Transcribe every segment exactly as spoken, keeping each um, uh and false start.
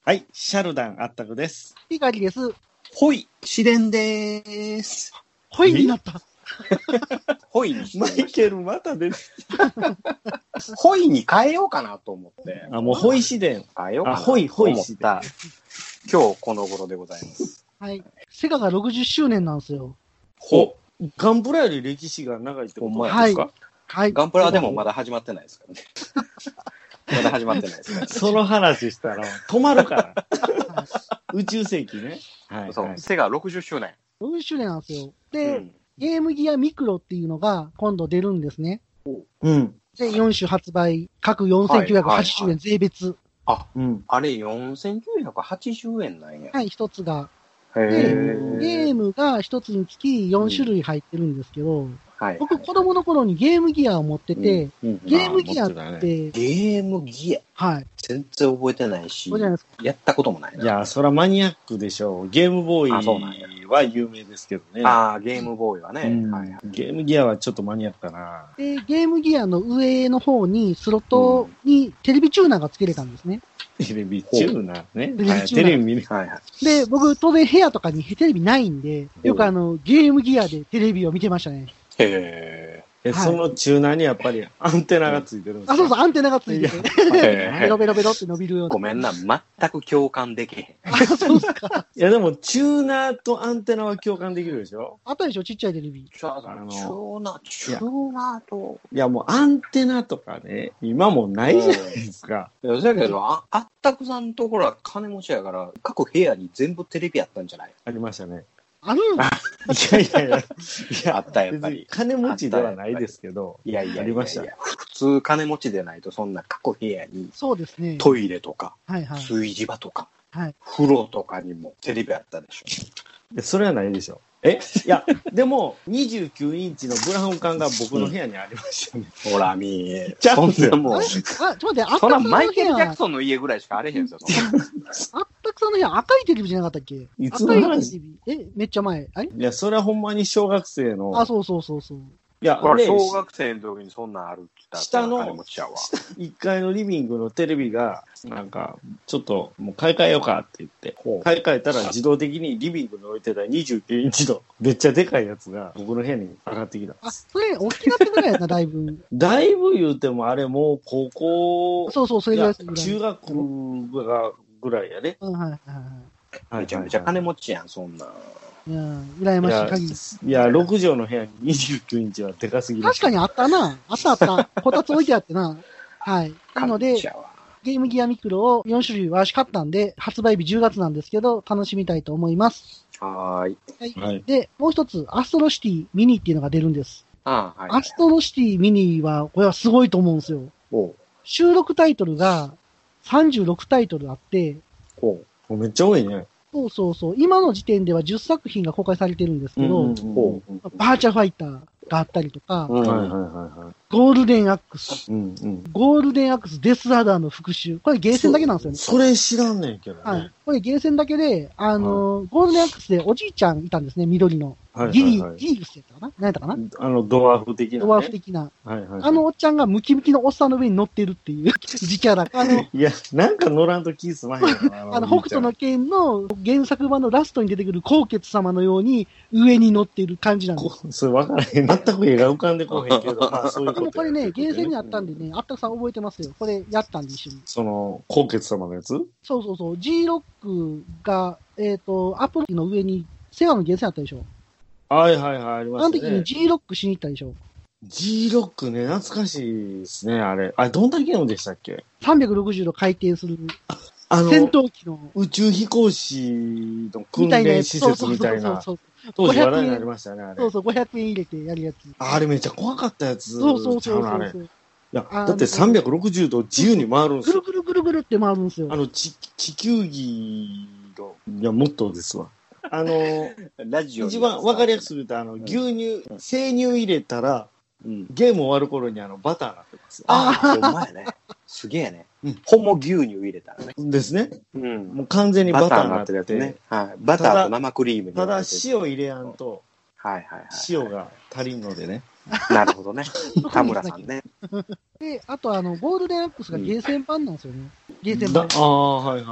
はい、シャルダンあったくです。 ひかりです。 ほい、試練でーす。 ほいになった。 ほいにマイケルまたです。 ほいに変えようかなと思って。 あ、もうほい試練。 変えようかなと思った。ほい試練。 今日この頃でございます。 はい。セガがろくじゅっしゅうねんなんですよ。 ほう。ガンプラより歴史が長いってことですか？ はい。はい。 ガンプラはでもまだ始まってないですからね。まだ始まってないですから、ね。 その話したら止まるから。宇宙世紀ね。 はい。そう。セガろくじゅっしゅうねん。 ろくじゅっしゅうねんなんですよ。で、うん、ゲームギアミクロっていうのが今度出るんですね。 うん。 で、よん種発売、各よんせんきゅうひゃくはちじゅうえん税別。はいはいはい、あ、うん。あれよんせんきゅうひゃくはちじゅうえんなんや。 はい、一つが。 へで、 ー。 ゲームが一つにつきよん種類入ってるんですけど、うんはい、僕、子供の頃にゲームギアを持ってて、うんうん、ゲームギアって、ね、 ゲームギアはい。 全然覚えてないし、やったこともないな。 いや、そらマニアックでしょう。ゲームボーイは有名ですけどね。 ああ、ゲームボーイはね、 うんはいはい。ゲームギアはちょっとマニアックかな。 で、ゲームギアの上の方にスロットにテレビチューナーが付けれたんですね。 テレビチューナーね。 テレビチューナー。テレビ見る。はいはい。で、僕、当然部屋とかにテレビないんで、よくあの、ゲームギアでテレビを見てましたね。 へえ、はい、そのチューナーにやっぱりアンテナがついてるんですか？ あ、そうそう、アンテナがついてて。ベロベロベロって伸びるような。 ごめんな、全く共感できへん。 あ、そうですか。 いや、でも、チューナーとアンテナは共感できるでしょ？ あったでしょ、ちっちゃいテレビ。 チューナー、チューナーと。 いや、もうアンテナとかね、今もないじゃないですか。 いや、だけど、あ、あったくさんところは金持ちやから、各部屋に全部テレビあったんじゃない？ ありましたね。 あるいやいやいや、いや、あったやっぱり。 金持ちではないですけど、 いやいやいやいや、 ありました。 普通金持ちでないと、そんな各部屋に、 そうですね。 トイレとか、 はいはい、 炊事場とか、 はい、 風呂とかにもテレビあったでしょ。 それはないでしょ。えいや、でも、にじゅうきゅうインチのブラウン管が僕の部屋にありましたね。 ほら、みー。 ちゃそんなもう。 あ、ちょっと待って、あったくそんなマイケル・ジャクソンの家ぐらいしかあれへんすよ、 あったくさんの部屋赤いテレビじゃなかったっけ？ いつの話？ え、めっちゃ前。あれ？ いや、それはほんまに小学生の。 あ、そうそうそうそう。 いや、 これ小学生の時にそんなんあるって言ったら、 下のいっかいのリビングのテレビが、なんか、ちょっともう買い替えようかって言って、買い替えたら自動的にリビングに置いてたにじゅうきゅうインチのめっちゃでかいやつが僕の部屋に上がってきたんです。 あ、それ大きなってぐらいやな、だいぶ。 だいぶ言うてもあれもう高校、 そうそう、それぐらい。 中学がぐらいやね。 うん、はいはいはい。めちゃめちゃ金持ちやん、そんな。 いや、羨ましい限り。 いや、ろく畳の部屋ににじゅうきゅうインチはでかすぎる。 確かにあったな。あったあった。こたつ置いてあってな。はい。なので、ゲームギアミクロをよん種類私買ったんで、発売日じゅうがつなんですけど、楽しみたいと思います。 はーい。 はい。で、もう一つ、アストロシティミニっていうのが出るんです。 ああ、はい。 アストロシティミニは、これはすごいと思うんですよ。 お収録タイトルがさんじゅうろくタイトルあって、 おめっちゃ多いね。 そうそうそう。今の時点ではじゅっさく品が公開されてるんですけど、うんうんうん、 バーチャファイターがあったりとか、 うんはいはいはい、 ゴールデンアックス、 うんうん、 ゴールデンアックスデスアダーの復讐。これゲーセンだけなんですよね。 そ, それ知らんねんけどね。 はい。これゲーセンだけで、あのーはい、ゴールデンアックスでおじいちゃんいたんですね、緑の。はいはいはい、ギリ、ギリグスやったかな何やったかなあの、ドワーフ的な、ね。 ドワーフ的な。 はいはいはい、 あのおっちゃんがムキムキのおっさんの上に乗ってるっていう自キャラ。あの、 いや、なんか乗らんと気すまへんあの、あの北斗の拳の原作版のラストに出てくる高傑様のように上に乗ってる感じなんです。 それ分からへん。全く絵が浮かんでこへんけど、まあそういうこと。 でもこれね、ゲーセンにあったんでね、あったくさん覚えてますよ。これやったんで一緒に。 その、高傑様のやつ？ そうそうそう。G ロックが、えっ、ー、と、アプリの上にセガのゲーセンあったでしょ。 はいはいはい、ありましたね。 あの時に G ロックしに行ったでしょ。 G ロックね、懐かしいですね、あれ。あれ、どんなゲームでしたっけ？ さんびゃくろくじゅうど回転する。 あの、 戦闘機の。 宇宙飛行士の訓練施設みたいな。当時話題になりましたね、あれ。 そうそう、ごひゃくえん入れてやるやつ。 あれめっちゃ怖かったやつ。 そうそうそうそうそう。 いや、だってさんびゃくろくじゅうど自由に回るんですよ。 ぐるぐるぐるぐるって回るんですよ。 あの、ち地球儀の、いや、もっとですわ。あの、ラジオ一番わかりやすく言うと、あの、牛乳、うん、生乳入れたら、うん、ゲーム終わる頃にあの、バターになってます。 ああ、ほんまやね。すげえね。うん、ほぼ牛乳入れたらね。 ですね。 うん。 もう完全にバターになってて。バターになってるやつね。はい。バターと生クリームにただ、塩入れやんと、 はいはいはい。 塩が足りんのでね。 なるほどね。田村さんね。 で、あとあの、ゴールデンアックスがゲーセン版なんですよね。ゲーセン版。 ああ、はいはいはい。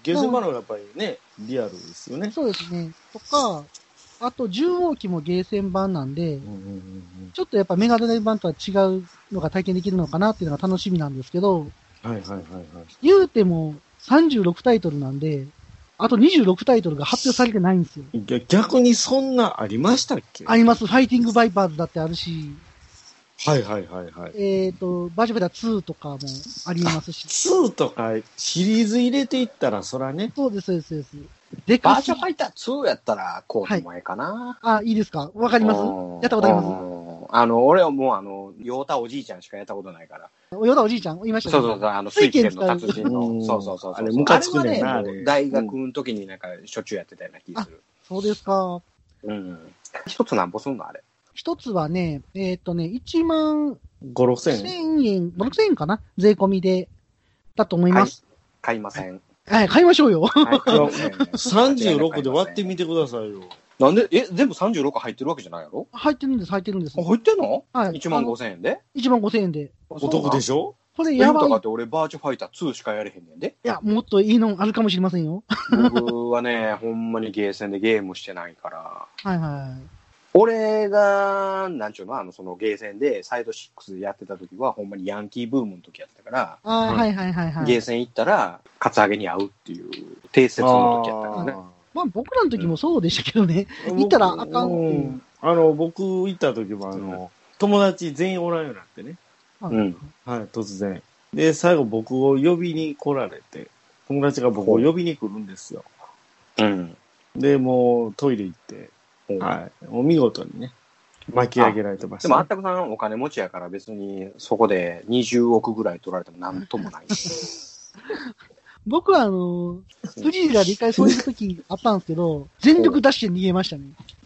ゲーセン版のやっぱりね、リアルですよね。 そうですね。とか、あと、獣王機もゲーセン版なんで、 うんうんうんうんちょっとやっぱメガドライブ版とは違うのが体験できるのかなっていうのが楽しみなんですけど、 はいはいはいはい。 言うてもさんじゅうろくタイトルなんで、あとにじゅうろくタイトルが発表されてないんですよ。 いや逆にそんなありましたっけ？ あります。ファイティングバイパーズだってあるし、 はいはいはいはい。 えっ、と、バージョンベダツーとかもありますし。 ツーとかシリーズ入れていったらそらね。 そうです、そうです、そうです。でバかすーチャファイターツーやったら、こうでもええかな。 あ、いいですかわかりますうんやったことありますうんあの、俺はもうあの、ヨータおじいちゃんしかやったことないから。 およだおじいちゃんいましたね。 そうそうそう、あの、水拳の達人うの。 んそうそうそうそう。 あれムカつくねんなあれはね、もう大学の時になんかしょっちゅうやってたような気がする。 そうですか。 うん。一つなんぼすんのあれ。 一つはね、えっ、とね、いちまんご、ろくせんえん。 せんえん、ろくせんえんかな税込みで、だと思います。 買いません。 はい、買いましょうよ。 はい、買いません。 さんじゅうろくで割ってみてくださいよ。 なんで、え、全部さんじゅうろく入ってるわけじゃないやろ？ 入ってるんです、入ってるんですあ、。入ってんの？ はい。 いちまんごせんえんで？ いちまんごせんえんで。 お得でしょ？ これやばい。いやばい。って俺バーチャファイターツーしかやれへんねんで。 や、もっといいのあるかもしれませんよ。 僕はね、ほんまにゲーセンでゲームしてないから。 はいはい。 俺が、なんちゅうの、あの、そのゲーセンでサイドシックスやってた時は、ほんまにヤンキーブームの時やったから、 あー、 はいはいはいはいはい。 ゲーセン行ったら、カツアゲに会うっていう定説の時やったからね。 まあ僕らの時もそうでしたけどね。行ったらあかんっていううんあの、僕行った時もあの、友達全員おらんようになってね。 はいうん。 はい、突然。で、最後僕を呼びに来られて、友達が僕を呼びに来るんですよ。 うん。 で、もうトイレ行って、はい。もう見事にね、巻き上げられてました、 でも、あったくさんお金持ちやから別にそこでにじゅうおくぐらい取られてもなんともない。 僕はあの、フリーラーで一回そういう時あったんですけど、全力ダッシュで逃げましたね。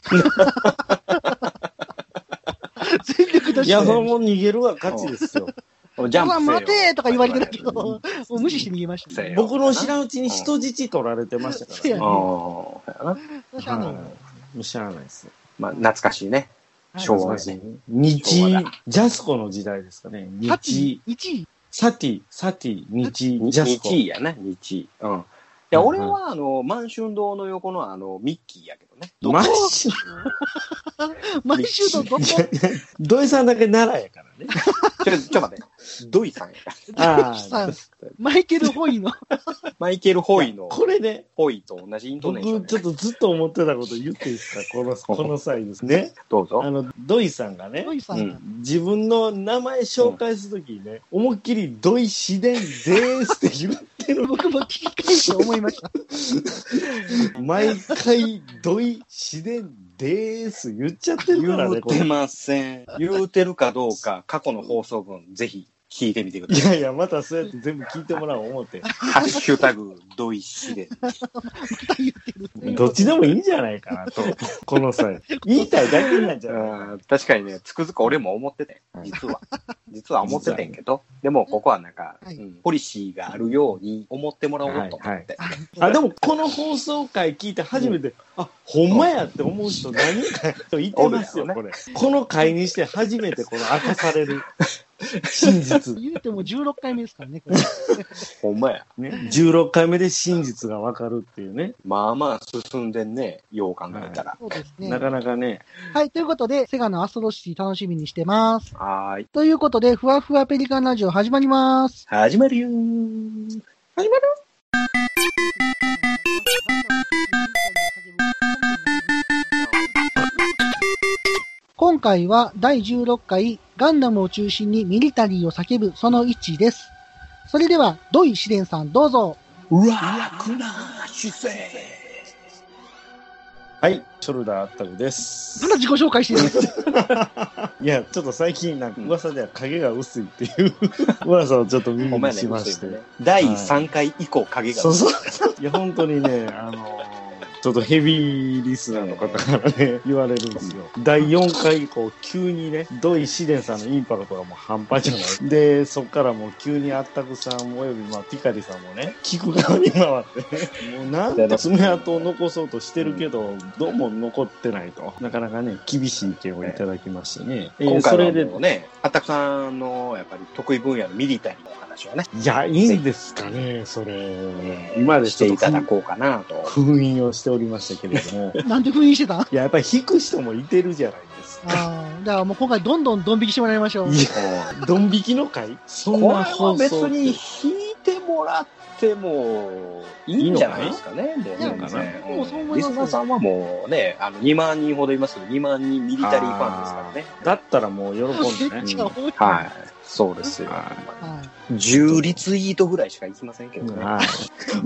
全力ダッいや、 シュで。 そのもう逃げるは勝ちですよ。 ジャンプせよ。 待てーとか言われてたけど、もう無視して逃げましたね。 せよ僕の知らんうちに人質取られてましたからね。 せやねああ、そうやな。 私はねはい。もう知らないですよ。 まあ、懐かしいね。 はい昭和やね。 日昭和、 ジャスコの時代ですかね。 サティ日、 いちい。 サティ、サティ、日、ジャスコ。 日やな、日。うん。いや、俺は、あの、満春堂の横の、あの、ミッキーやけどね。 どこマジ毎週のどこ土井さんだけ奈良やからね。 ちょ、ちょ、待って。ドイさんやから。 ああさマイケル・ホイの。 マイケル・ホイの、 これね、 ホイと同じイントネーションや僕ちょっとずっと思ってたこと言っていいですかこの、この際ですね。 どうぞ。 あの、土井さんがねロ、イさんが。 自分の名前紹介するときにね、思いっきり土井紫伝でーすって言ってる。 僕も聞き返して思いました。 毎回土井紫伝でーす言っちゃってるからね、 言うてません。言うてるかどうか、過去の放送分、ぜひ聞いてみてください。 いやいや、またそうやって全部聞いてもらおう思って。 ハッシュタグ、ドイシで。 また言ってる。 どっちでもいいんじゃないかなと。この際。言いたいだけなんじゃないうん確かにね、つくづく俺も思ってて、実は。実は思っててんけど、でもここはなんか、 はいうんポリシーがあるように思ってもらおうと思って。 あ、でもこの放送回聞いて初めて、あ、ほんまやって思う人何人かいてますよ、 おるやろねこれ。この回にして初めてこの明かされる真実。 言うてもじゅうろっかいめですからね。これほんまや。 ね、じゅうろっかいめで真実がわかるっていうね。 まあまあ進んでんね、よう考えたら。 そうですね。 なかなかね。 はい、ということで、セガのアストロシティ楽しみにしてます。 はーい。 ということで、ふわふわペリカンラジオ始まります。 始まるよー。始まる今回はだいじゅうろっかいガンダムを中心にミリタリーを叫ぶそのいちです。それでは、土井紫伝さんどうぞ。 楽な姿勢。 はい、ショルダーあったくですま。だ自己紹介してるんです。 いや、ちょっと最近なんか噂では影が薄いっていう噂をちょっと耳にお前ね、 しまして。 ね、だいさんかい以降影が。 そうそう。いや、本当にね、あのーちょっとヘビーリスナーの方からね、言われるんですよ。だいよんかい以降、急にね、土井紫伝さんのインパクトがもう半端じゃない。で、そっからもう急にあったくさんおよび、まあ、ピカリさんもね、聞く側に回ってね、もうなんと爪痕を残そうとしてるけど、どうも残ってないと。なかなかね、厳しい意見をいただきましてね。えー今回はそれで、 もうね、あったくさんのやっぱり得意分野のミリタリーの話をね。 いや、いいんですかね、それ。今でしていただこうかなと。 封印をしておりましたけれども。 なんで封印してたん？いや、やっぱり引く人もいてるじゃないですか。 ああ、だからもう今回どんどんドン引きしてもらいましょう。 いや、ドン引きの回そんな放送。 これは別に引いてもらってもいいんじゃないですかね。もう全然。 もうそう思います。 リスナーさんはもうね、あの、にまんにんほどいますけど、にまんにんミリタリーファンですからね。 だったらもう喜んでね。 はい。そうですよ。はい。じゅうリツイートぐらいしかいきませんけどね。はい。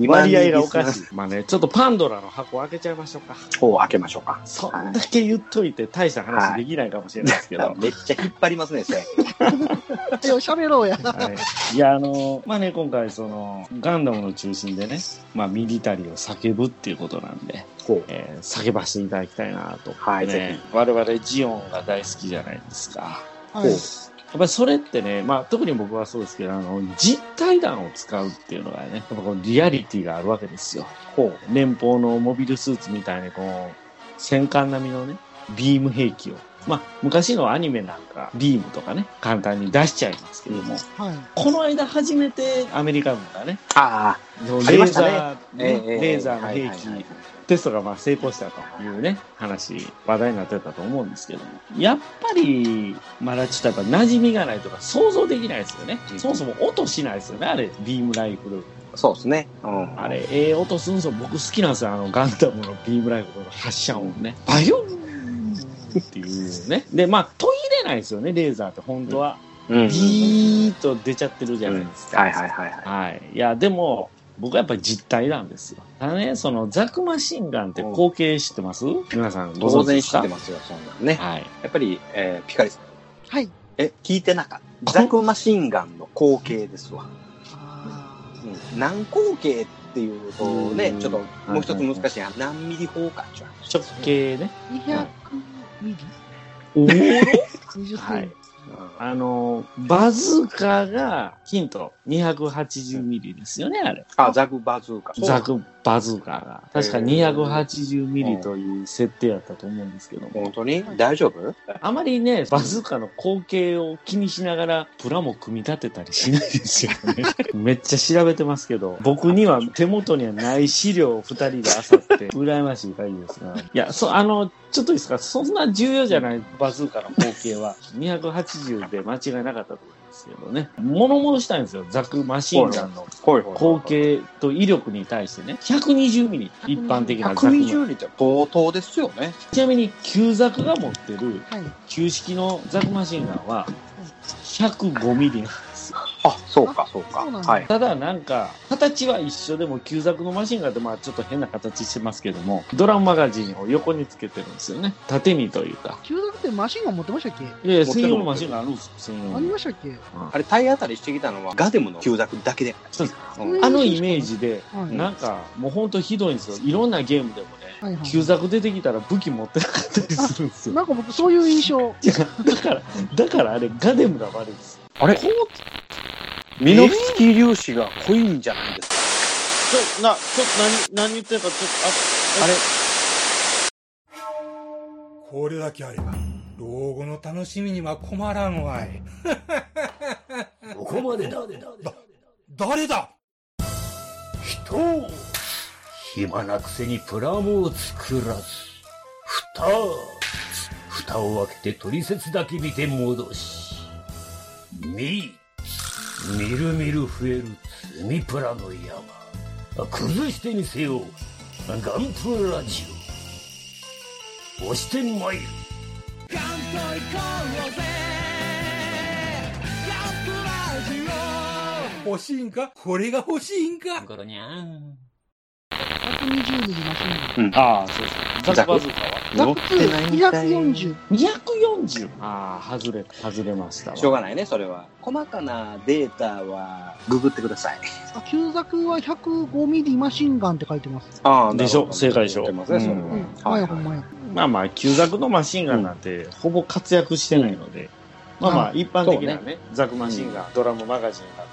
割合がおかしい。まあね、ちょっとパンドラの箱開けちゃいましょうか。 お開けましょうか。 そんだけ言っといて大した話できないかもしれないですけど。 めっちゃ引っ張りますね、それ。 喋ろうや。 はい。いや、あの、まあね、今回その、ガンダムの中心でね、まあミリタリーを叫ぶっていうことなんで、えー、叫ばせていただきたいなと。はい、ね。我々ジオンが大好きじゃないですか。はい。やっぱりそれってね、まあ特に僕はそうですけど、あの、実体弾を使うっていうのがね、やっぱこのリアリティがあるわけですよ。ほう。連邦のモビルスーツみたいにこう、戦艦並みのね、ビーム兵器を。まあ昔のアニメなんか、ビームとかね、簡単に出しちゃいますけども、はい、この間初めてアメリカ軍がね、ああ、レーザー、ね、レーザーの兵器、テストがまあ成功したというね、話、話題になってたと思うんですけども。やっぱり、まだちょっとやっぱ馴染みがないとか想像できないですよね。うん、そもそも音しないですよね、あれ、ビームライフル。 そうですね。うん、 あれ、ええ音するんですよ。僕好きなんですよ、あの、ガンダムのビームライフルの発射音ね。バヨンっていうね。で、まあ、途切れないですよね、レーザーって本当は。うん、ビーッと出ちゃってるじゃないですか。 うん、はいはいはいはい。 はい。いや、でも、僕はやっぱり実体なんですよ。ただね、そのザクマシンガンって後継知ってます？皆さんご存知ですか？ 当然知ってますよ、そんなのね。 はい。 やっぱり、えー、ピカリさん。 はい。 え、聞いてなかった。ザクマシンガンの後継ですわ。うん、何後継っていうとね、ちょっともう一つ難しいやん。何ミリ砲かじゃん。 直径ね。 にひゃくミリ？ おおにじゅっセンチ。 はい。あの、バズーカがヒントにひゃくはちじゅうミリですよね、あれ。 あ、ザクバズーカ。 ザクバズーカが。確かにひゃくはちじゅうミリという設定やったと思うんですけども。 本当に大丈夫？ あまりね、バズーカの口径を気にしながらプラも組み立てたりしないですよね。めっちゃ調べてますけど、僕には手元にはない資料をふたりで漁って、羨ましい限りですが。いや、そ、あの、ちょっといいですか、そんな重要じゃないバズーカの口径はにひゃくはちじゅうで間違いなかったと思うんですけどね。物申したいんですよ。ザクマシンガンの口径と威力に対してね。ひゃくにじゅうミリ、一般的なザクマ。 ひゃくにじゅうミリって相当ですよね。 ちなみに旧ザクが持ってる旧式のザクマシンガンはひゃくごミリなんですよ。 あ、そうか、そうか。はい。 ただなんか、形は一緒でも、旧ザクのマシンガンってまあちょっと変な形してますけども、ドラムマガジンを横につけてるんですよね。縦にというか。 旧ザクってマシンガン持ってましたっけ？ いやいや、専用のマシンガンあるんですよ、専用の。 ありましたっけ？ あれ、体当たりしてきたのはガデムの旧ザクだけで。 そうです。あのイメージで、なんか、もうほんとひどいんですよ。いろんなゲームでもね、旧ザク出てきたら武器持ってなかったりするんですよ。 なんか僕そういう印象。 いや、だから、だからあれ、ガデムが悪いです。 あれミノフスキー粒子が濃いんじゃないですか。 ちょ、な、ちょ、何、何言ってるか、ちょっと、あ、あれこれだけあれば、老後の楽しみには困らんわい。 ここまでだ。だ、 誰だ？ 人を、暇なくせにプラモを作らず、蓋、蓋を開けて取説だけ見て戻し、み、みるみる増える積みプラの山。崩してみせよう。ガンプラジオ。押してまいる。ガンと行こうぜ。 ガンプラジオ。欲しいんか？これが欲しいんか？ ゴロニャン。 ひゃくにじゅうミリマシンガン。 うん、ああ、そうです。ザクバズーカはザクツーにひゃくよんじゅう。 にひゃくよんじゅう。ああ、外れ、外れましたわ。 しょうがないね、それは。細かなデータはググってください。 あ、旧ザクはひゃくごミリマシンガンって書いてます。 ああ、でしょ？正解でしょ？ ますね、それは。 うん。はい、ほんまや。 まあまあ、旧ザクのマシンガンなんてほぼ活躍してないので、まあまあ、一般的なね、ザクマシンガン、ドラムマガジンが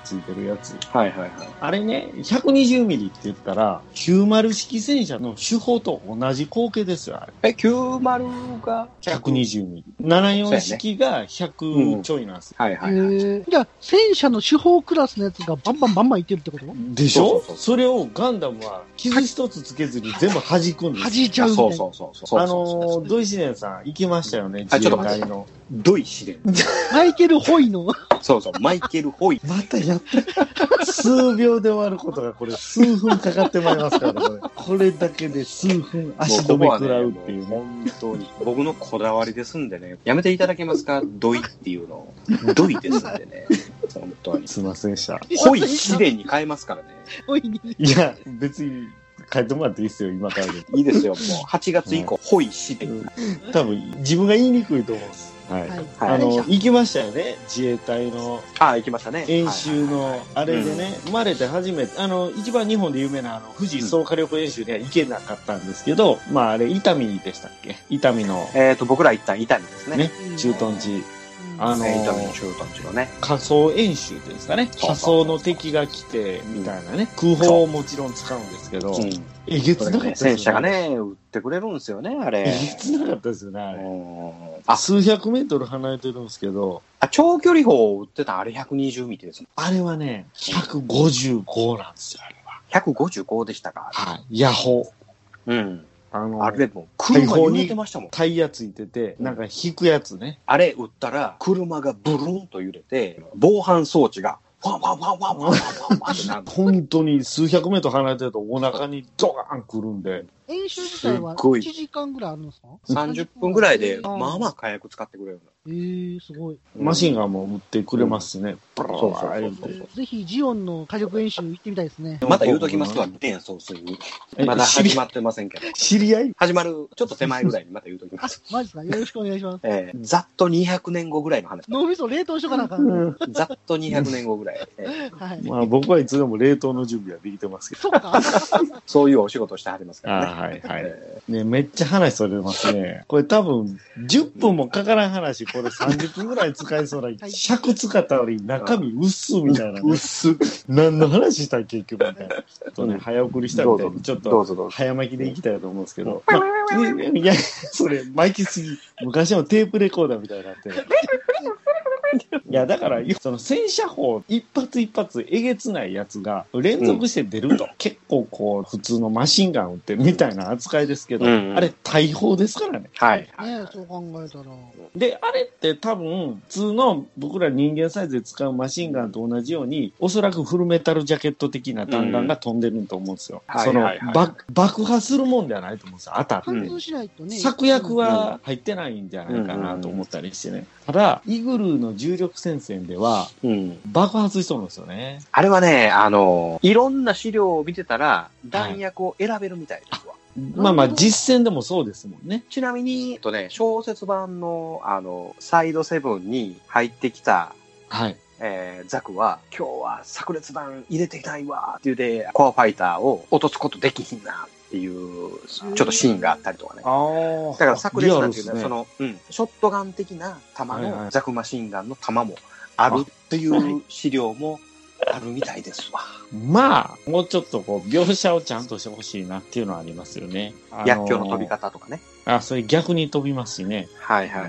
ついてるやつ。 はいはいはい。 あれね、ひゃくにじゅうミリって言ったら、きゅうじゅう式戦車の手法と同じ口径ですよ、あれ。 え、きゅうじゅうがひゃくにじゅうミリ。ななじゅうよん式がひゃくちょいなんですよ。 はいはいはい。 えー、じゃあ、戦車の手法クラスのやつがバンバンバンバンいってるってことでしょ？ そうそうそうそれをガンダムは傷一つつけずに全部弾くんですよ。 弾いちゃうみたいな。 そうそうそうそう。 あのー、土井紫蓮さん行きましたよね、 あ自衛隊の。 ドイ試練。 マイケル・ホイの。 そうそう、マイケル・ホイ。 またやった数秒で終わることがこれ数分かかってまいりますからね、これ。これだけで数分足止め食らうっていうね。 本当に。僕のこだわりですんでね。やめていただけますか？ドイっていうのを。ドイですんでね。本当に。 すいませんでした。 ホイ試練に変えますからね。 ホイに。 いや、別に変えてもらっていいですよ、今からで。 いいですよ、もう。はちがつ以降、ホイ試練。 多分、自分が言いにくいと思うんです。はい。 はい。 あの、行きましたよね、自衛隊のあ、行きましたね。 演習の、あれでね、生まれて初めて、あの、一番日本で有名な、あの、富士総火力演習には行けなかったんですけど、まあ、あれ、伊丹でしたっけ？伊丹の、 えっと、僕ら一旦伊丹ですね。 ね、駐屯地。あの伊丹の駐屯地のね。 仮想演習っていうんですかね。仮想の敵が来て、みたいなね。空砲をもちろん使うんですけど、えげつなかったですよね。 戦車がね、撃ってくれるんですよね、あれ。 えげつなかったですよね、あれ。あ、数百メートル離れてるんですけど、 あ、長距離砲を撃ってたあれひゃくにじゅうミリですもん。 あれはね、ひゃくごじゅうごなんですよ、あれは。 ひゃくごじゅうごでしたか？ はい。ヤホー。 うん。 あの、 あれもう車揺れてましたもん。 タイヤついてて、なんか引くやつね。 あれ撃ったら、車がブルンと揺れて、防犯装置が、ファンファンファンファンファンファンファンってなる。 本当に数百メートル離れてるとお腹にドカーン来るんで。 演習自体はいちじかんぐらいあるんですか？ さんじゅっぷんぐらいで、まあまあ火薬使ってくれる。 えー、すごい。 マシンガンも撃ってくれますしね。 そうそうそうそう。 ぜひジオンの火力演習行ってみたいですね。 また言うときますわ、電総帥に。まだ始まってませんけど。 知り合い始まる、ちょっと手前ぐらいにまた言うときます。 マジですか？よろしくお願いします。 えー、ざっとにひゃくねんごぐらいの話。 脳みそ冷凍しとかなあかん。 ざっとにひゃくねんごぐらい。 はい。 まあ僕はいつでも冷凍の準備はできてますけど。 そっか。 そういうお仕事してはりますからね。 あはいはい。ね、めっちゃ話それますね。これ多分、じゅっぷんもかからん話、これさんじゅっぷんぐらい使いそうな、尺使ったのに中身薄みたいな、ね。薄何の話したい結局みたいな。ちょっとね、早送りしたみたいに、ちょっと早巻きでいきたいと思うんですけど。まあ、いや、それ巻きすぎ。昔のテープレコーダーみたいになって。いや、だから、その戦車砲一発一発えげつないやつが連続して出ると、うん、結構こう、普通のマシンガン撃ってみたいな扱いですけど、うんうん、あれ大砲ですからね。 はい。ねそう考えたら。 で、あれって多分、普通の僕ら人間サイズで使うマシンガンと同じように、おそらくフルメタルジャケット的な弾丸が飛んでると思うんですよ。うん、その、はいはいはい、爆破するもんではないと思うんですよ。当たって。 貫通しないとね。 策略は入ってないんじゃないかなと思ったりしてね。ただ、イグルーの重力戦線では、うん、爆発しそうなんですよね。 あれはね、あの、いろんな資料を見てたら、弾薬を選べるみたいですわ。はい、 まあまあ、実戦でもそうですもんね。 ちなみに、とね、小説版の、あの、サイドセブンに入ってきた、 はい。 えー、ザクは、今日は炸裂弾入れてきたいわって言うて、コアファイターを落とすことできひんなっていう、ちょっとシーンがあったりとかね。 ああ。 だから炸裂弾っていうのは、ね、その、うん、ショットガン的な弾の、ザクマシンガンの弾もあるっていう資料もあるみたいですわ。 まあ、もうちょっとこう、描写をちゃんとしてほしいなっていうのはありますよね。 薬莢の飛び方とかね。 あ、それ逆に飛びますしね。 はいはいはい。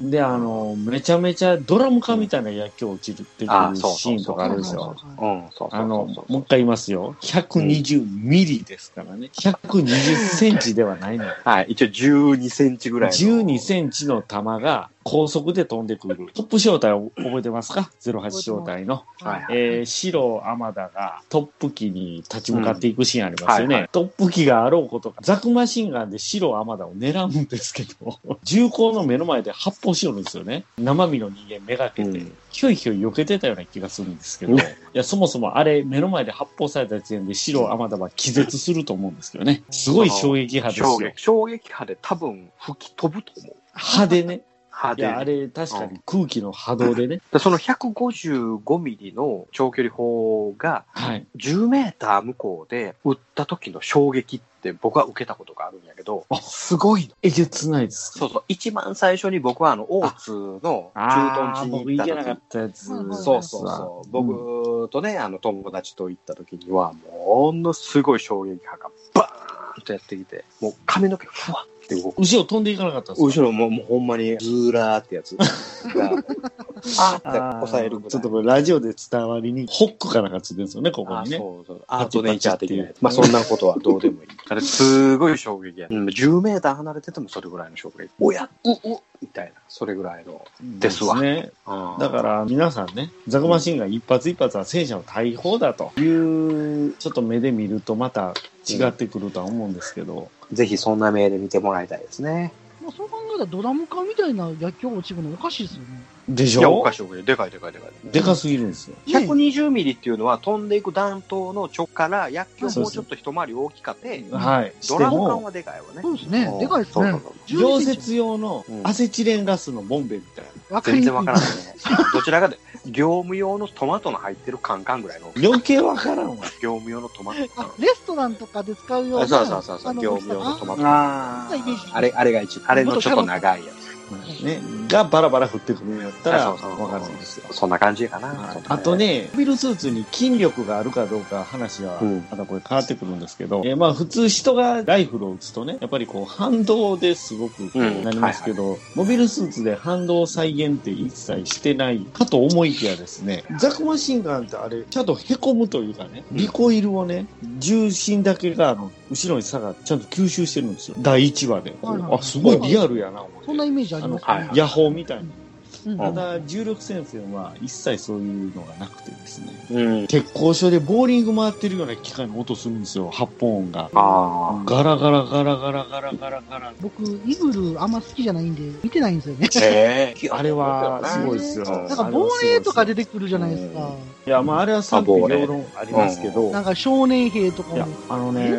で、あの、めちゃめちゃドラム缶みたいな薬莢落ちるっていうシーンとかあるでしょ。 うん、そうそう。 あの、もう一回言いますよ。ひゃくにじゅうミリですからね。ひゃくにじゅっセンチではないの。 はい、一応じゅうにセンチぐらいの。 じゅうにセンチの弾が高速で飛んでくる。トップ小隊を覚えてますか ?ゼロはち 小隊の。はいはい、えー、白天田がトップ機に立ち向かっていくシーンありますよね。うんはいはい、トップ機があろうことか、ザクマシンガンで白天田を狙うんですけど、銃口の目の前で発砲しよるんですよね。生身の人間めがけて、うん、ひょいひょい避けてたような気がするんですけど、いや、そもそもあれ目の前で発砲された時点で白天田は気絶すると思うんですけどね。すごい衝撃波ですよ。 衝撃、衝撃波で多分吹き飛ぶと思う。 派でね。 派で、ね。 いや、あれ確かに空気の波動でね。 うん、そのひゃくごじゅうごミリの長距離砲が、じゅうメーター向こうで撃った時の衝撃って、 って僕は受けたことがあるんやけど、すごいの。 えげつないです。 そうそう。一番最初に僕はあの、大津の駐屯地に行った時。 僕行けなかったやつ。 そうそうそう。僕とね、あの、友達と行った時には、ものすごい衝撃波がバーンとやってきて、もう髪の毛ふわって動く。 後ろ飛んでいかなかったんですか？ 後ろもう、もうほんまにズーラーってやつが、あーって抑えるぐらい。 ちょっとこれラジオで伝わりに、ホックかなんかついてるんですよね、ここにね。 そうそう。アートネイチャー的なやつ。まあそんなことはどうでもいい。あれすごい衝撃や。うん、じゅうメーター離れててもそれぐらいの衝撃。おやおおみたいな。それぐらいの。ですわ。 ね。だから皆さんね、ザクマシンガン一発一発は戦車の大砲だという、ちょっと目で見るとまた違ってくるとは思うんですけど。 うん、ぜひそんな目で見てもらいたいですね。 まあ、そう考えたらドラム缶みたいな薬莢落ちるのおかしいですよね。 でしょ？ いや、おかしいおかしい。でかいでかいでかい。 でかすぎるんですよ。 ひゃくにじゅうミリっていうのは飛んでいく弾頭の直から薬莢もうちょっと一回り大きかって、 はい。 ドラム缶はでかいわね。 そうですね。でかいですね。 溶接用のアセチレンガスのボンベみたいな。全然わからないね。どちらかで、業務用のトマトの入ってるカンカンぐらいの。 余計わからんわ。 業務用のトマト。 あ、レストランとかで使うような。 そうそうそうそう。業務用のトマト。 ああれ、あれが一番。あれのちょっと長いやつ。 ね、がバラバラ降ってくるんやったらわかるんですよ。 そんな感じかな。 はい、あとね、モビルスーツに筋力があるかどうか話は、またこれ変わってくるんですけど、うん、えー、まあ普通人がライフルを撃つとね、やっぱりこう反動ですごくこうなりますけど、うんはいはい、モビルスーツで反動再現って一切してないかと思いきやですね、ザクマシンガンってあれ、ちゃんと凹むというかね、リコイルをね、重心だけがあの後ろに下がってちゃんと吸収してるんですよ。だいいちわで。はいはい、あ、すごいリアルやな、 そんなイメージありますね。ヤホーみたいに。ただ、重力戦線は一切そういうのがなくてですね。うん、鉄鋼所でボーリング回ってるような機械の音するんですよ、発砲音が。あガラガラガラガラガラガラガラ。 僕、イグルあんま好きじゃないんで、見てないんですよね。 えー、あれはすごいですよ。 なんか亡霊とか出てくるじゃないですか。 いや、まああれは賛否両論ありますけど。 なんか少年兵とかも。 いや、あのね、うん、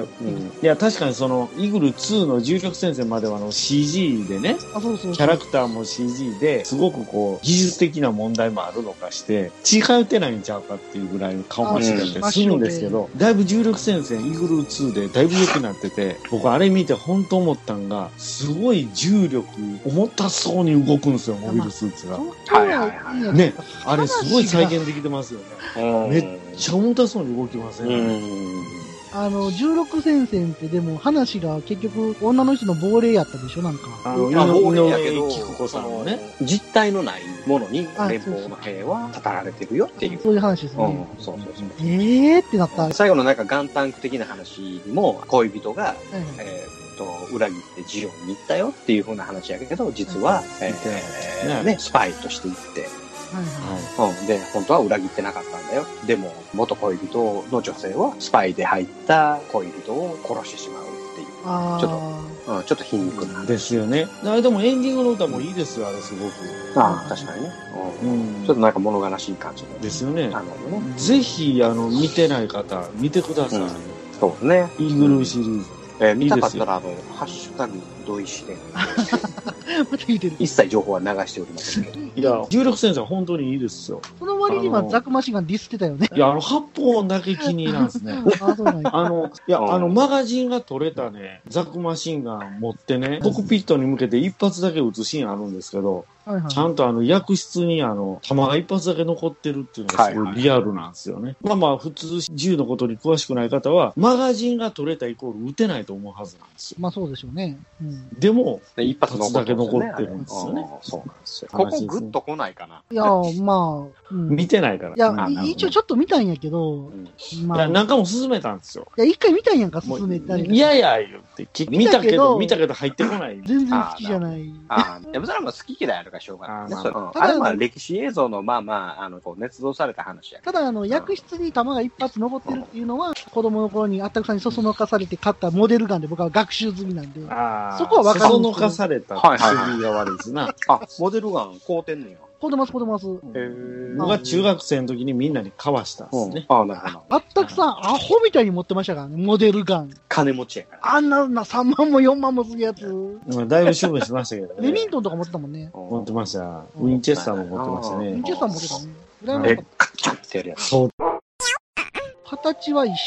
いや、確かにその、イグルツーの重力戦線まではあの シージー でね、あそうそうそうキャラクターも シージー で、すごくこう、技術的な問題もあるのかして、違うてないんちゃうかっていうぐらいの顔真っ白ってするんですけど、だいぶ重力戦線イグルツーでだいぶ良くなってて、僕あれ見て本当思ったんが、すごい重力、重たそうに動くんですよ、モビルスーツが。 はいはいはい。 ね、あれすごい再現できてますよね。めっちゃ重たそうに動きませんね。 あの、じゅうろく戦線ってでも話が結局女の人の亡霊やったでしょなんか。 あの、亡霊やけど、キクコさんのね、実体のないものに連邦の兵は語られてるよっていう。 そういう話ですね。 うん、そうそうそう。 えーってなった。 最後のなんかガンタンク的な話にも、恋人が、えっと、裏切ってジオンに行ったよっていう風な話やけど、実は、えー、ね、スパイとして行って、はいはい、うん。で、本当は裏切ってなかったんだよ。でも、元恋人の女性は、スパイで入った恋人を殺してしまうっていう。ちょっと、うん、ちょっと皮肉な。 ですよね。あれでもエンディングの歌もいいですよ、あれすごく。 ああ、確かにね。うん。ちょっとなんか物悲しい感じですよね。あのね。ぜひ、あの、見てない方、見てください。うん、 そうですね。 イーグルシリーズ。 えー、見たかったら、あの、ハッシュタグ、同意して。 また言うてる。 一切情報は流しておりませんけど。 いや、重力戦車本当にいいですよ。 その割にはザクマシンガンディスってたよね。 いや、あの、発砲だけ気に入らんですね。あ, そうなんあの、いや、あの、マガジンが取れたね、ザクマシンガン持ってね、コックピットに向けて一発だけ撃つシーンあるんですけど、はいはい、ちゃんとあの、薬室にあの、弾が一発だけ残ってるっていうのがすごいリアルなんですよね。はいはい、まあまあ、普通、銃のことに詳しくない方は、マガジンが取れたイコール撃てないと思うはずなんですよ。 まあそうでしょうね。うん、 でも、 一発だけ残ってるんですよね。 そうなんですよ。ここグッと来ないかな。 いや、まあ、 うん、見てないから。 いや、一応ちょっと見たんやけど、うん、 まあ、いや、なんかも勧めたんですよ。 いや、一回見たんやんか、勧めたり。 いやいや、言って、見たけど、見たけど入ってこない。 全然好きじゃない。 ああ、やっぱそれはもう好き嫌いあるからしょうがない。あ, あれは歴史映像のまあまあ、あの、こう、捏造された話や。 ただ、あの、薬室に弾が一発残ってるっていうのは、子供の頃にあったくさんにそそのかされて買ったモデルガンで僕は学習済みなんで、そこは分かるんですけど。そそのかされた次が悪いですな。 あ、モデルガン買うてんねや。 買うてます、買うてます。 へー。僕は中学生の時にみんなに買わしたんですね。 ああ、なるほど。 あったくさん、アホみたいに持ってましたからね、モデルガン。 金持ちやから。 あんな、な、さんまんもよんまんもするやつ。 だいぶ処分しましたけどね。 レミントンとか持ってたもんね。 持ってました。ウィンチェスターも持ってましたね。 ウィンチェスター持ってたね。 え、カッチャってやるやつ。 そう。 形は一緒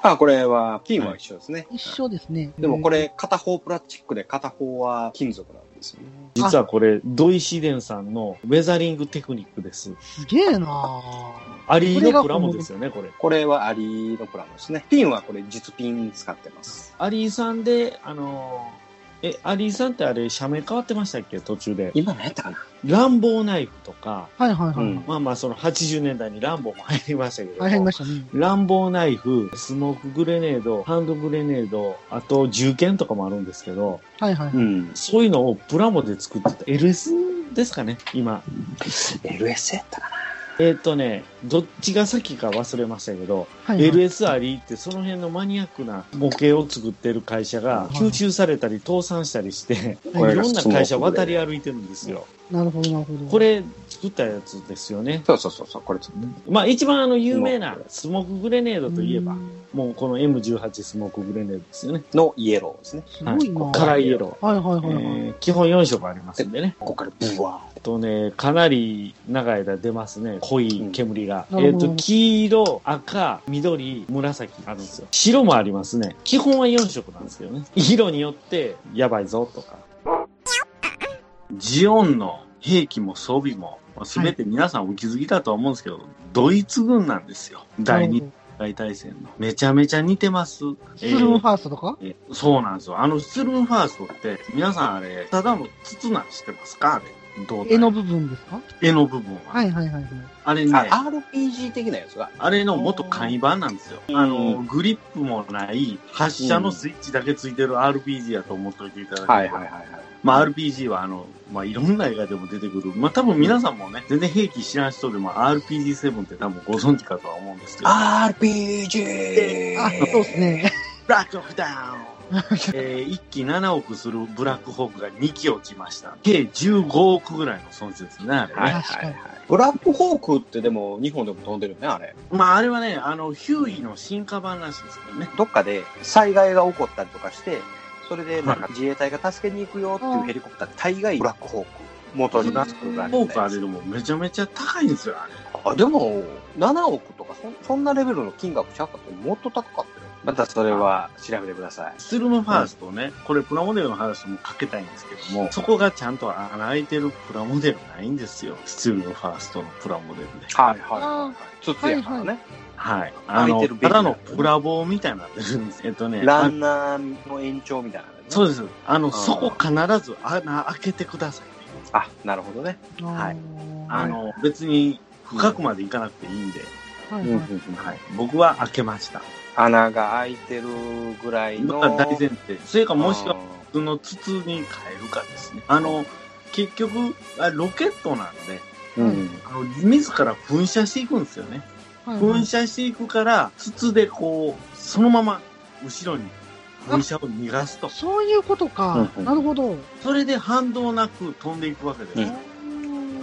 あ、これは、ピンは一緒ですね。 一緒ですね。 でもこれ、片方プラスチックで片方は金属なんですよね。 実はこれ、土井紫電さんのウェザリングテクニックです。 すげえなぁ。 アリーのプラモですよね、これ。 これはアリーのプラモですね。ピンはこれ実ピン使ってます。 アリーさんで、あのー、え、アリーさんってあれ、社名変わってましたっけ途中で。 今何やったかなランボーナイフとか。 はいはいはい。うん、 まあまあ、そのはちじゅうねんだいにランボーも入りましたけど。 入りましたね。 ランボーナイフ、スモークグレネード、ハンドグレネード、あと銃剣とかもあるんですけど。 はいはいはい。うん、 そういうのをプラモで作ってた。エルエス ですかね、今。 エルエス やったかな。 えっとね、どっちが先か忘れましたけど、はいはい、エルエス アリーってその辺のマニアックな模型を作ってる会社が吸収されたり倒産したりして、はい、いろんな会社渡り歩いてるんですよ。 なるほどなるほど。 これ作ったやつですよね。 そうそうそうそう、これ作った。 まあ一番あの有名なスモークグレネードといえば、もうこの エムじゅうはち スモークグレネードですよね。 のイエローですね。 すごいな、 はい、カラーイエロー。 はいはいはい、はい、 えー。基本よん色ありますんでね。 ここからブワーとね、かなり長い間出ますね。濃い煙が。うん、えっ、ー、と、黄色、赤、緑、紫あるんですよ。白もありますね。基本はよん色なんですけどね。色によってやばいぞとか。ジオンの兵器も装備も、すべて皆さんお気づきだとは思うんですけど、はい、ドイツ軍なんですよ。第二次世界大戦の。めちゃめちゃ似てます。 スルーンファーストとか、 えーえー、そうなんですよ。あのスルーンファーストって、皆さんあれ、ただの筒なんしてますかあれ。 絵の部分ですか？ 絵の部分は。 はいはいはいはい。 あれね。 アールピージー 的なやつが。 あれの元簡易版なんですよ。あの、グリップもない、発射のスイッチだけついてる アールピージー やと思っておいていただければ。 はいはいはいはい。 まあ アールピージー はあの、まあいろんな映画でも出てくる。まあ多分皆さんもね、全然兵器知らん人でも アールピージーセブン って多分ご存知かとは思うんですけど。 アールピージー! あ、そうですね。 ブラックオフダウンえー、いっきななおくするブラックホークがにき落ちました。計じゅうごおくぐらいの損失ですね、あれね。 はいはいはい。ブラックホークってでも日本でも飛んでるよね、あれ。 まああれはね、あの、ヒューイの進化版らしいですけどね。 どっかで災害が起こったりとかして、それでなんか自衛隊が助けに行くよっていうヘリコプター、大概ブラックホーク。元になってるブラックホークあれでもめちゃめちゃ高いんですよ、あれ。 あ、でも、ななおくとかそ、そんなレベルの金額ちゃうかってもっと高かったよ。またそれは調べてください。 スルムファーストね、うん、これプラモデルの話もかけたいんですけども、そこがちゃんと穴開いてるプラモデルないんですよ。スルムファーストのプラモデルで。 はいはいはい。筒やからね。 はい。あの、ただのプラボーみたいになってるんです。えっとね。 ランナーの延長みたいな、ね。 そうです。あの、そこ必ず穴開けてください。 あ、なるほどね。 はい。あの、別に深くまでいかなくていいんで。はいはいはい。僕は開けました。 穴が開いてるぐらいの。 大前提。それかもしくは普通の筒に変えるかですね。あの、結局、あロケットなんで、うん、あの自ら噴射していくんですよね。はいはい、噴射していくから、筒でこう、そのまま後ろに噴射を逃がすと。 そういうことか。うんうん、なるほど。 それで反動なく飛んでいくわけです。うん、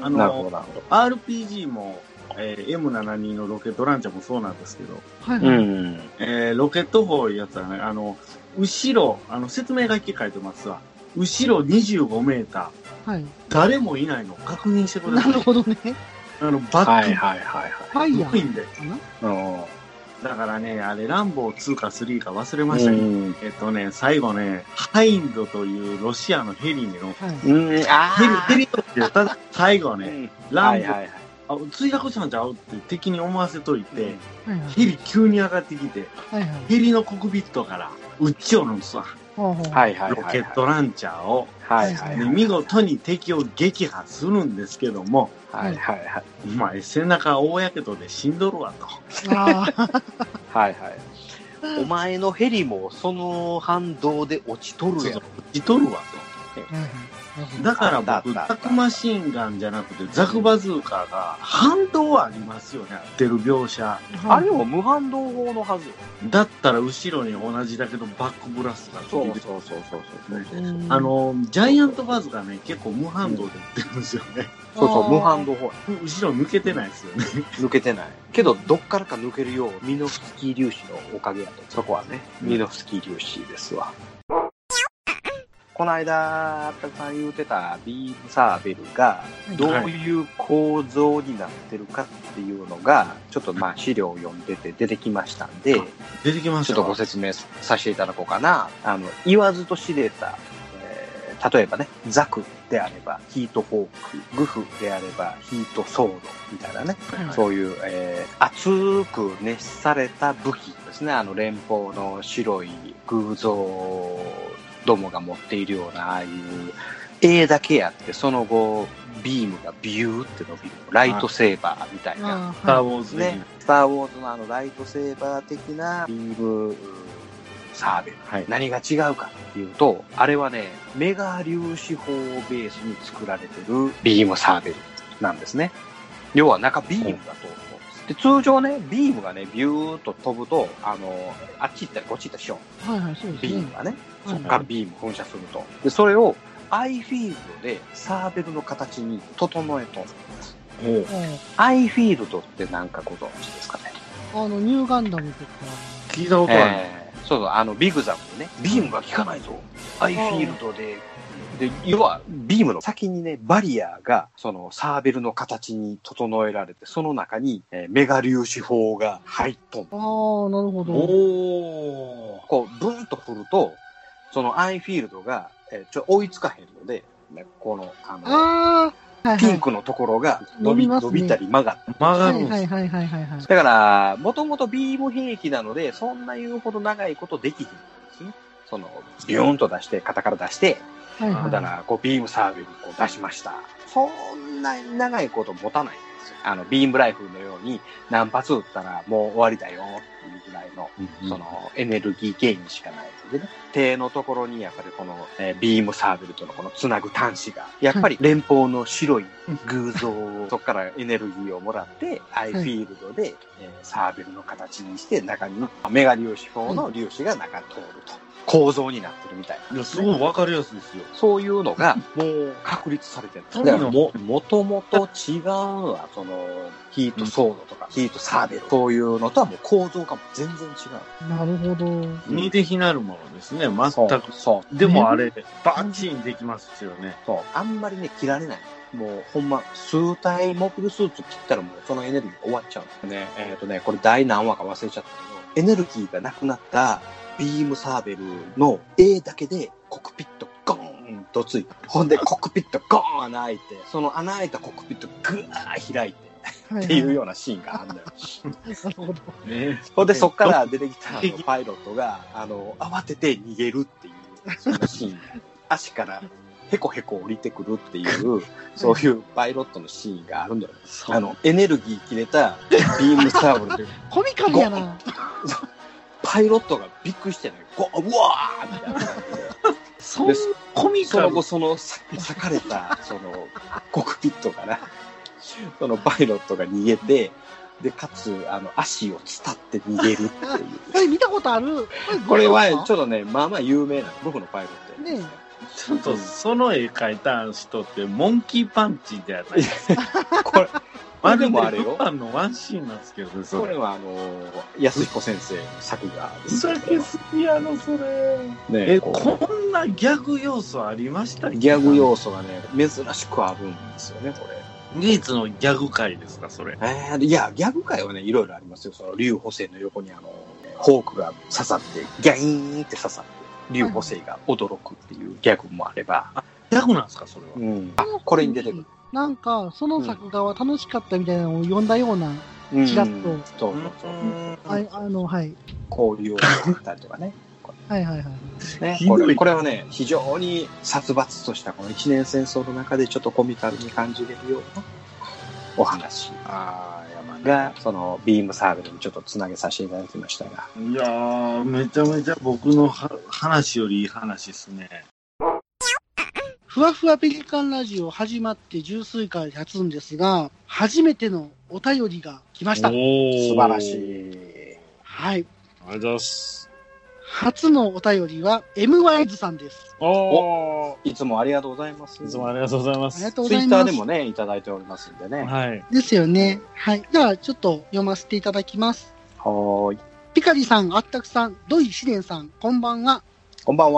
あの、なるほどなるほど。アールピージー も、えー、エムななじゅうに のロケットランチャーもそうなんですけど、はいはい、うんえー、ロケット砲いうやつはね、あの、後ろ、あの、説明書き書いてますわ。後ろにじゅうごメーター、はい、誰もいないのを確認してください。 なるほどね。 あの、バック、 はいはいはいはい。 すごいんで。だからね、あれ、ランボーツーかスリーか忘れましたけど、うん、えっとね、最後ね、ハインドというロシアのヘリに乗って、はい、うんあヘリ、ヘリ乗ってただ、最後ね、うん、ランボー、はいはいはいあ、墜落したんちゃうって敵に思わせといて、うんはいはい、ヘリ急に上がってきて、はいはい、ヘリのコックピットから撃ち寄るんですわ。はいはい、ロケットランチャーを、はいはいはい、見事に敵を撃破するんですけども、はいはいはい、お前背中大やけどで死んどるわと。 はいはい。お前のヘリもその反動で落ちとるやん。落ちとるわと。だから僕、ザクマシンガンじゃなくてザクバズーカーが反動はありますよね、出る描写。 あれも無反動砲のはずよ。 だったら後ろに同じだけどバックブラストがそうそうそうそうそう。 あの、ジャイアントバズがね、結構無反動で出るんですよね。 そうそう、無反動砲。 後ろ抜けてないですよね。 抜けてない。けど、どっからか抜けるよう、ミノフスキー粒子のおかげだと。そこはね、ミノフスキー粒子ですわ。 この間、あったくさん言うてたビームサーベルがどういう構造になってるかっていうのが、ちょっとまあ資料を読んでて出てきましたんで、 出てきました。 ちょっとご説明させていただこうかな。あの、言わずと知れた、えー、例えばね、ザクであればヒートフォーク、グフであればヒートソードみたいなね、はいはい、そういう、えー、熱く熱された武器ですね。あの連邦の白い偶像どもが持っているような、ああいう絵だけやって、その後、ビームがビューって伸びる、ライトセーバーみたいな。 スター・ウォーズね。スター・ウォーズのあのライトセーバー的なビームサーベル。はい、何が違うかっていうと、あれはね、メガ粒子砲をベースに作られてるビームサーベルなんですね。要は中ビームだと思うんです。で、通常ね、ビームがね、ビューっと飛ぶと、あの、あっち行ったりこっち行ったりしよう。 はいはい、そうですね。 ビームがね、そっからビーム噴射すると。で、それをアイフィールドでサーベルの形に整えとんです。アイフィールドってなんかご存知ですかね。 あの、ニューガンダムとか。 聞いたことある。 えー、そうそう、あの、ビグザムでね、ビームが効かないぞ。アイフィールドで、で、要は、ビームの先にね、バリアが、その、サーベルの形に整えられて、その中に、えー、メガ粒子砲が入っとん。 ああ、なるほど。 おー。こう、ブンと振ると、そのアイフィールドが、えー、ちょ、追いつかへんので、ね、この、あの、 あはいはい、 ピンクのところが伸び、伸び、ね、伸びたり曲がったり。 曲がるんです。 はいはいはいはいはい。 だから、もともとビーム兵器なので、そんな言うほど長いことできひんんですね。その、ビューンと出して、肩から出して、はいはい、だから、こう、ビームサーベルを出しました。そんなに長いこと持たないんですよ。あの、ビームライフルのように、何発撃ったらもう終わりだよっていうぐらいの、うんうん、その、エネルギーゲインしかないのでね。手のところに、やっぱりこの、えー、ビームサーベルとのこのつなぐ端子が、やっぱり連邦の白い偶像を、そこからエネルギーをもらって、アイフィールドで、はい、えー、サーベルの形にして、中にメガ粒子砲の粒子が中に通ると。構造になってるみたいな、ね。 いや、すごいわかりやすいですよ。 そういうのが、もう確立されてるんです。だからも、もともと違うのは、その、ヒートソードとか、ヒートサーベル、そういうのとはもう構造がもう全然違う。 なるほど。 似て非なるものですね、全く。そう。そう。でもあれ、バッチリできますよね。 そう。あんまりね、切られない。もう、ほんま、数体モビルスーツ切ったらもうそのエネルギー終わっちゃう。ね、えっとね、これ第何話か忘れちゃったけど、エネルギーがなくなった、ビームサーベルの A だけでコックピットゴーンとついて、ほんでコックピットゴーン穴開いて、その穴開いたコックピットぐー開いて、っていうようなシーンがあるんだよ。なるほど。ね、ほんでそっから出てきたあのパイロットが、あの、慌てて逃げるっていう、そのシーン。足からへこへこ降りてくるっていう、そういうパイロットのシーンがあるんだよ。あの、エネルギー切れたビームサーベルで。 コミカルやな。 パイロットがびっくりしてね、こう、うわーみたいな感じで。 そんコミカル。 その後、その、裂かれた、その、コックピットから、そのパイロットが逃げて、で、かつ、あの、足を伝って逃げるっていう。 え、見たことある？ これは、ちょっとね、まあまあ有名な、僕のパイロットやね。 ねちょっと、その絵描いた人って、モンキーパンチじゃないですか。これ、まあでもあれよ。ルパンのワンシーンなんですけどね、それ。 これはあの、安彦先生の作画です。 酒好きやの、それ。ねえ、こんなギャグ要素ありましたっけ？ ギャグ要素がね、珍しくあるんですよね、これ。 唯一のギャグ界ですか、それ。 えー、いや、ギャグ界はね、いろいろありますよ。その、竜補正の横にあの、フォークが刺さって、ギャイーンって刺さって、竜補正が驚くっていうギャグもあれば。 あ、ギャグなんですか、それは。 うん。あ、これに出てくる。 なんか、その作画は楽しかったみたいなのを読んだような、ちらっと。そうそうそう。 あ, あの、はい。 こういうのがあったりとかね。 はいはいはい。 ね、これ、これはね、非常に殺伐としたこの一年戦争の中でちょっとコミカルに感じれるようなお話が、そのビームサーベルにちょっとつなげさせていただきましたが。 いやー、めちゃめちゃ僕の話よりいい話ですね。 ふわふわペリカンラジオ始まって十数回経つんですが、初めてのお便りが来ました。 素晴らしい。 はい。 ありがとうございます。 初のお便りは エム ワイズさんです。 おいつもありがとうございます。 いつもありがとうございます。 ありがとうございます。 ツイッターでもね、いただいておりますんでね。 はい。 ですよね。はい。では、ちょっと読ませていただきます。 はーい。 ピカリさん、あったくさん、土井試練さん、こんばんは。 こんばんは。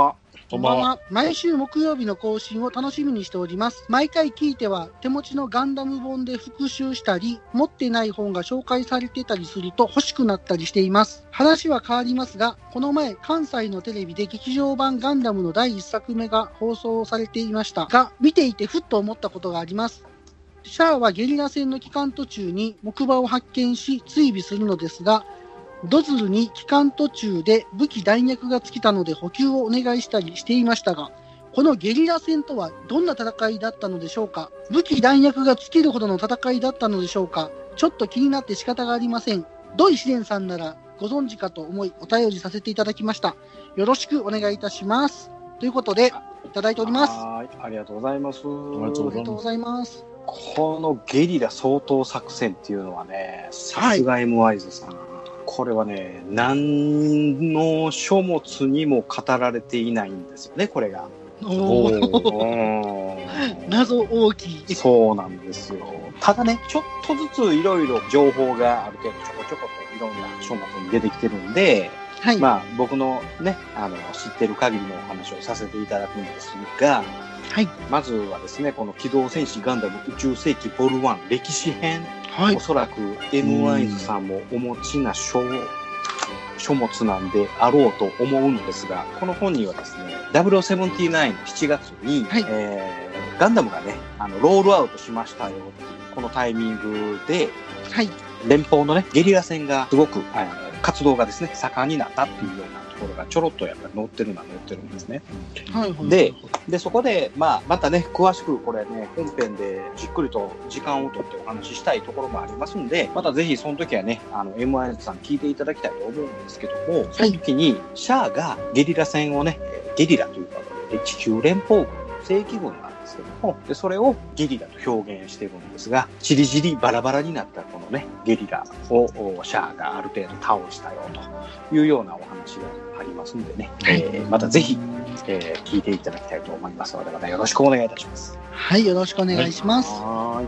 こんばんは。毎週木曜日の更新を楽しみにしております。毎回聞いては手持ちのガンダム本で復習したり、持ってない本が紹介されてたりすると欲しくなったりしています。話は変わりますが、この前関西のテレビで劇場版ガンダムのだいいっさくめが放送されていましたが、見ていてふっと思ったことがあります。シャアはゲリラ戦の期間途中に木馬を発見し追尾するのですが、ドズルに期間途中で武器弾薬が尽きたので補給をお願いしたりしていましたが、このゲリラ戦とはどんな戦いだったのでしょうか。武器弾薬が尽きるほどの戦いだったのでしょうか。ちょっと気になって仕方がありません。土井紫蓮さんならご存知かと思いお便りさせていただきました。よろしくお願いいたします。ということでいただいております。 はい、ありがとうございます。ありがとうございます。 このゲリラ掃討作戦っていうのはね、さすが エムワイズ さん。はい、これはね、何の書物にも語られていないんですよね、これが。 お謎大きい。 そうなんですよ。ただね、ちょっとずついろいろ情報がある程度ちょこちょこといろんな書物に出てきてるんで、はい、まあ僕のね、あの、知ってる限りのお話をさせていただくんですが、はい、まずはですね、この機動戦士ガンダム宇宙世紀ボルワン歴史編、はい、おそらく エムワイズ さんもお持ちな書書物なんであろうと思うんですが、この本にはですね、ダブルオーセブンティナインのしちがつに、はい、えー、ガンダムがね、あのロールアウトしましたよっていうこのタイミングで、はい、連邦のねゲリラ戦がすごく、あの活動がですね盛んになったっていうようなところがちょろっとやっぱり載ってるのは載ってるんですね。はいはい、ででそこで、まあ、またね詳しくこれね本編でじっくりと時間をとってお話ししたいところもありますんで、またぜひその時はねあの エムワイズ さん聞いていただきたいと思うんですけども、その時にシャアがゲリラ戦をねゲリラというか地球連邦軍正規軍なんですけども、でそれをゲリラと表現してるんですが、ちりじりバラバラになったこのねゲリラをシャアがある程度倒したよというようなお話がありますんでね、はい、えー、またぜひ、えー、聞いていただきたいと思いますので、またよろしくお願いいたします。 はい、よろしくお願いします。 はい。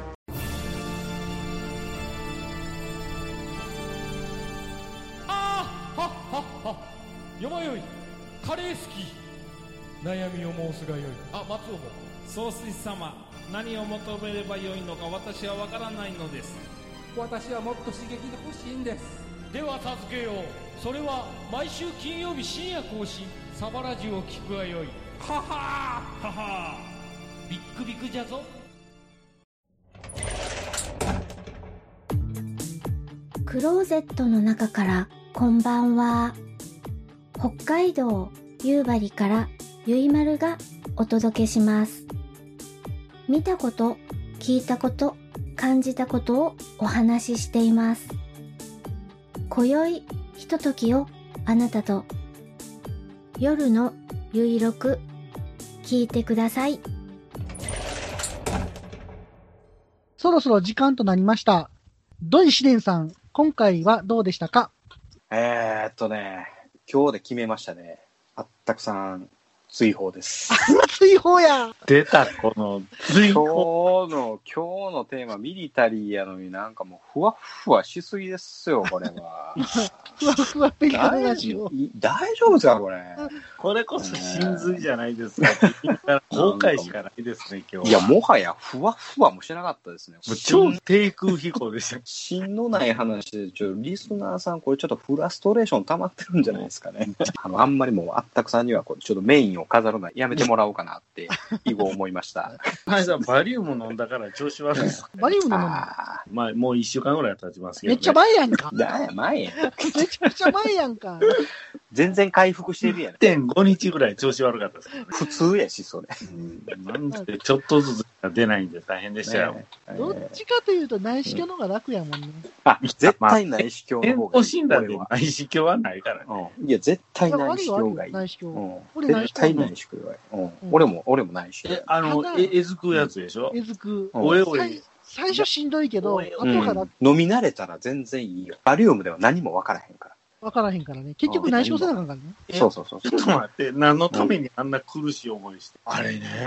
あーはっはっは、よまよいカレー好き、悩みを申すがよい。あ、松尾も総帥様、何を求めればよいのか私はわからないのです。 私はもっと刺激が欲しいんです。では助けよう。それは毎週金曜日深夜更新サバラジュを聞くがよい。ははーははー、ビックビックじゃぞ。 クローゼットの中からこんばんは。北海道夕張からゆいまるがお届けします。見たこと、聞いたこと、感じたことをお話ししています。今宵ひとときをあなたと、夜のゆいろく聞いてください。 そろそろ時間となりました。土井紫蓮さん、今回はどうでしたか？ えーっとね、今日で決めましたね。あったくさん追放です。 追放や。 出たこの追放。 今日の今日のテーマミリタリーやのになんかもうふわふわしすぎですよこれは。 ふわふわペリカのラジオ。 大丈夫ですかこれ。 これこそ真髄じゃないですか。後悔しかないですね今日は。 いやもはやふわふわもしなかったですね。 もう超低空飛行でした。 芯のない話でちょリスナーさんこれちょっとフラストレーション溜まってるんじゃないですかね。あのあんまりもうあったくさんにはこれちょっとメインを飾るのはやめてもらおうかなって以後思いました。 はい、さんバリウム飲んだから調子悪いです。 バリウム飲んだ。 まあもう一週間ぐらい経ちますけど、 ね。めっちゃ前やんか。 だや前やん。 めちゃくちゃ前やんか。 全然回復してるやん。 いってんごにちぐらい調子悪かったです、ね。 普通やしそれ。 うん、なんでちょっとずつしか出ないんで大変でしたよ。ね、 どっちかというと内視鏡の方が楽やもんね。 あ、絶対内視鏡の方がいい。 健康診断で内視鏡はないからね。 うん、いや絶対内視鏡がいい。 内視鏡。 うん、絶対内視鏡がいい。うん、俺も俺も内視鏡。 え、あのええずくやつでしょ。 えずく。 おえおえ。 最初しんどいけど、後から、 うん、飲み慣れたら全然いいよ。バリウムでは何も分からへんから。 分からへんからね。結局内視鏡せなあかんからね。 そうそうそう。 ちょっと待って、何のためにあんな苦しい思いして。あれね、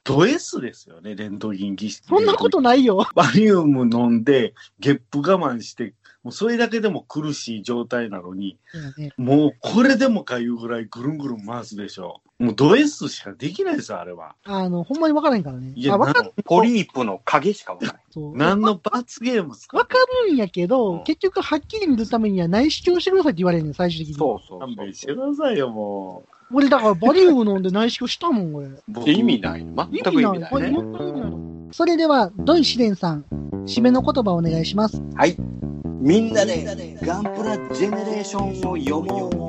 ド S ですよね、レントゲン技師。 そんなことないよ。 バリウム飲んで、ゲップ我慢して、もうそれだけでも苦しい状態なのに、ね、もうこれでもかいうぐらいぐるんぐるん回すでしょ。もうド S しかできないですよ、あれは。 あの、ほんまに分からへんからね。 いや、 分かる。ポリープの影しか分からない。 そう。 何の罰ゲームですか？ 分かるんやけど、うん、結局はっきり見るためには内視鏡してくださいって言われるねん、最終的に。 そうそうそう。 勘弁してくださいよ、もう。 俺だからバリウム飲んで内視鏡したもん、俺。 意味ない。全く意味ない、ね。 それでは、土井試練さん、締めの言葉をお願いします。 はい。みんなでガンプラジェネレーションを読もう。